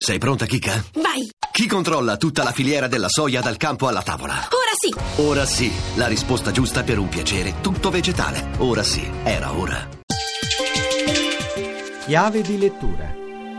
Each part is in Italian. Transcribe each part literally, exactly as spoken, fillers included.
Sei pronta, Chicca? Vai! Chi controlla tutta la filiera della soia dal campo alla tavola? Ora sì! Ora sì, la risposta giusta per un piacere tutto vegetale. Ora sì, era ora. Chiave di lettura.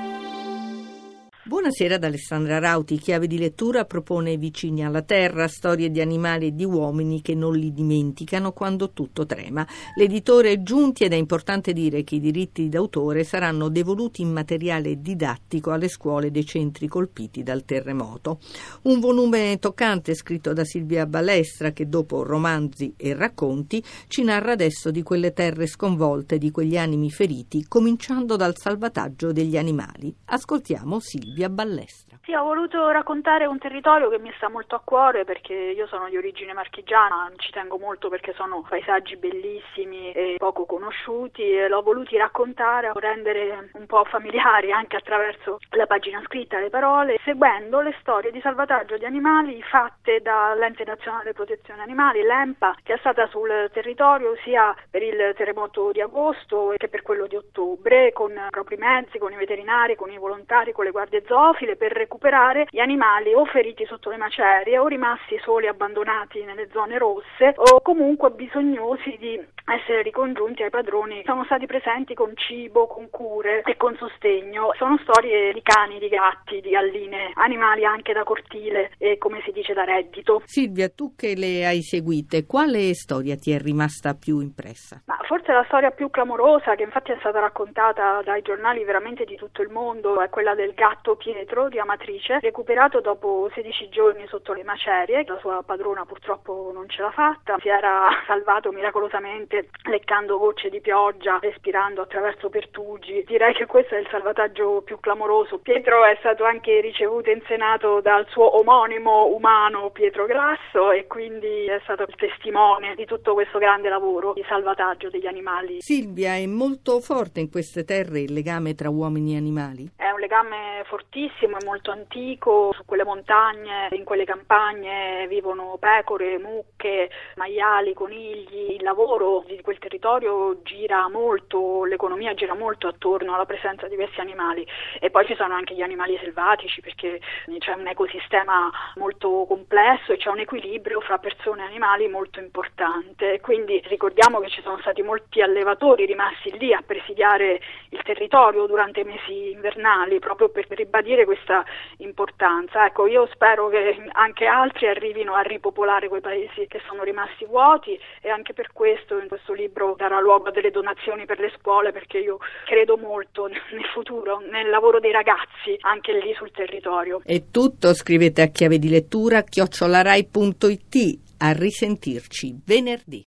Buonasera da Alessandra Rauti. Chiave di lettura propone Vicini alla terra, storie di animali e di uomini che non li dimenticano quando tutto trema. L'editore è Giunti ed è importante dire che i diritti d'autore saranno devoluti in materiale didattico alle scuole dei centri colpiti dal terremoto. Un volume toccante scritto da Silvia Ballestra che dopo romanzi e racconti ci narra adesso di quelle terre sconvolte, di quegli animi feriti, cominciando dal salvataggio degli animali. Ascoltiamo Silvia Ballestra. Sì, ho voluto raccontare un territorio che mi sta molto a cuore perché io sono di origine marchigiana, ci tengo molto perché sono paesaggi bellissimi e poco conosciuti e l'ho voluti raccontare, rendere un po' familiari anche attraverso la pagina scritta, le parole, seguendo le storie di salvataggio di animali fatte dall'Ente Nazionale Protezione Animali, l'ENPA, che è stata sul territorio sia per il terremoto di agosto che per quello di ottobre, con i propri mezzi, con i veterinari, con i volontari, con le guardie zoofile, per recuperare gli animali o feriti sotto le macerie o rimasti soli, abbandonati nelle zone rosse o comunque bisognosi di essere ricongiunti ai padroni. Sono stati presenti con cibo, con cure e con sostegno. Sono storie di cani, di gatti, di galline, animali anche da cortile e, come si dice, da reddito. Silvia, tu che le hai seguite, quale storia ti è rimasta più impressa? Ma forse la storia più clamorosa, che infatti è stata raccontata dai giornali veramente di tutto il mondo, è quella del gatto Pietro di Amatrice, recuperato dopo sedici giorni sotto le macerie. La sua padrona purtroppo non ce l'ha fatta, si era salvato miracolosamente leccando gocce di pioggia, respirando attraverso pertugi. Direi che questo è il salvataggio più clamoroso. Pietro è stato anche ricevuto in Senato dal suo omonimo umano Pietro Grasso e quindi è stato il testimone di tutto questo grande lavoro di salvataggio degli animali. Silvia, è molto forte in queste terre il legame tra uomini e animali? È un legame fortissimo, è molto antico. Su quelle montagne, in quelle campagne vivono pecore, mucche, maiali, conigli. Il lavoro di quel territorio gira molto, l'economia gira molto attorno alla presenza di questi animali. E poi ci sono anche gli animali selvatici, perché c'è un ecosistema molto complesso e c'è un equilibrio fra persone e animali molto importante. Quindi ricordiamo che ci sono stati molti allevatori rimasti lì a presidiare il territorio durante i mesi invernali, proprio per ribadire questa importanza. Ecco, io spero che anche altri arrivino a ripopolare quei paesi che sono rimasti vuoti e anche per questo in questo libro darà luogo a delle donazioni per le scuole, perché io credo molto nel futuro, nel lavoro dei ragazzi anche lì sul territorio. È tutto, scrivete a chiave di lettura chiocciola rai punto it. A risentirci venerdì.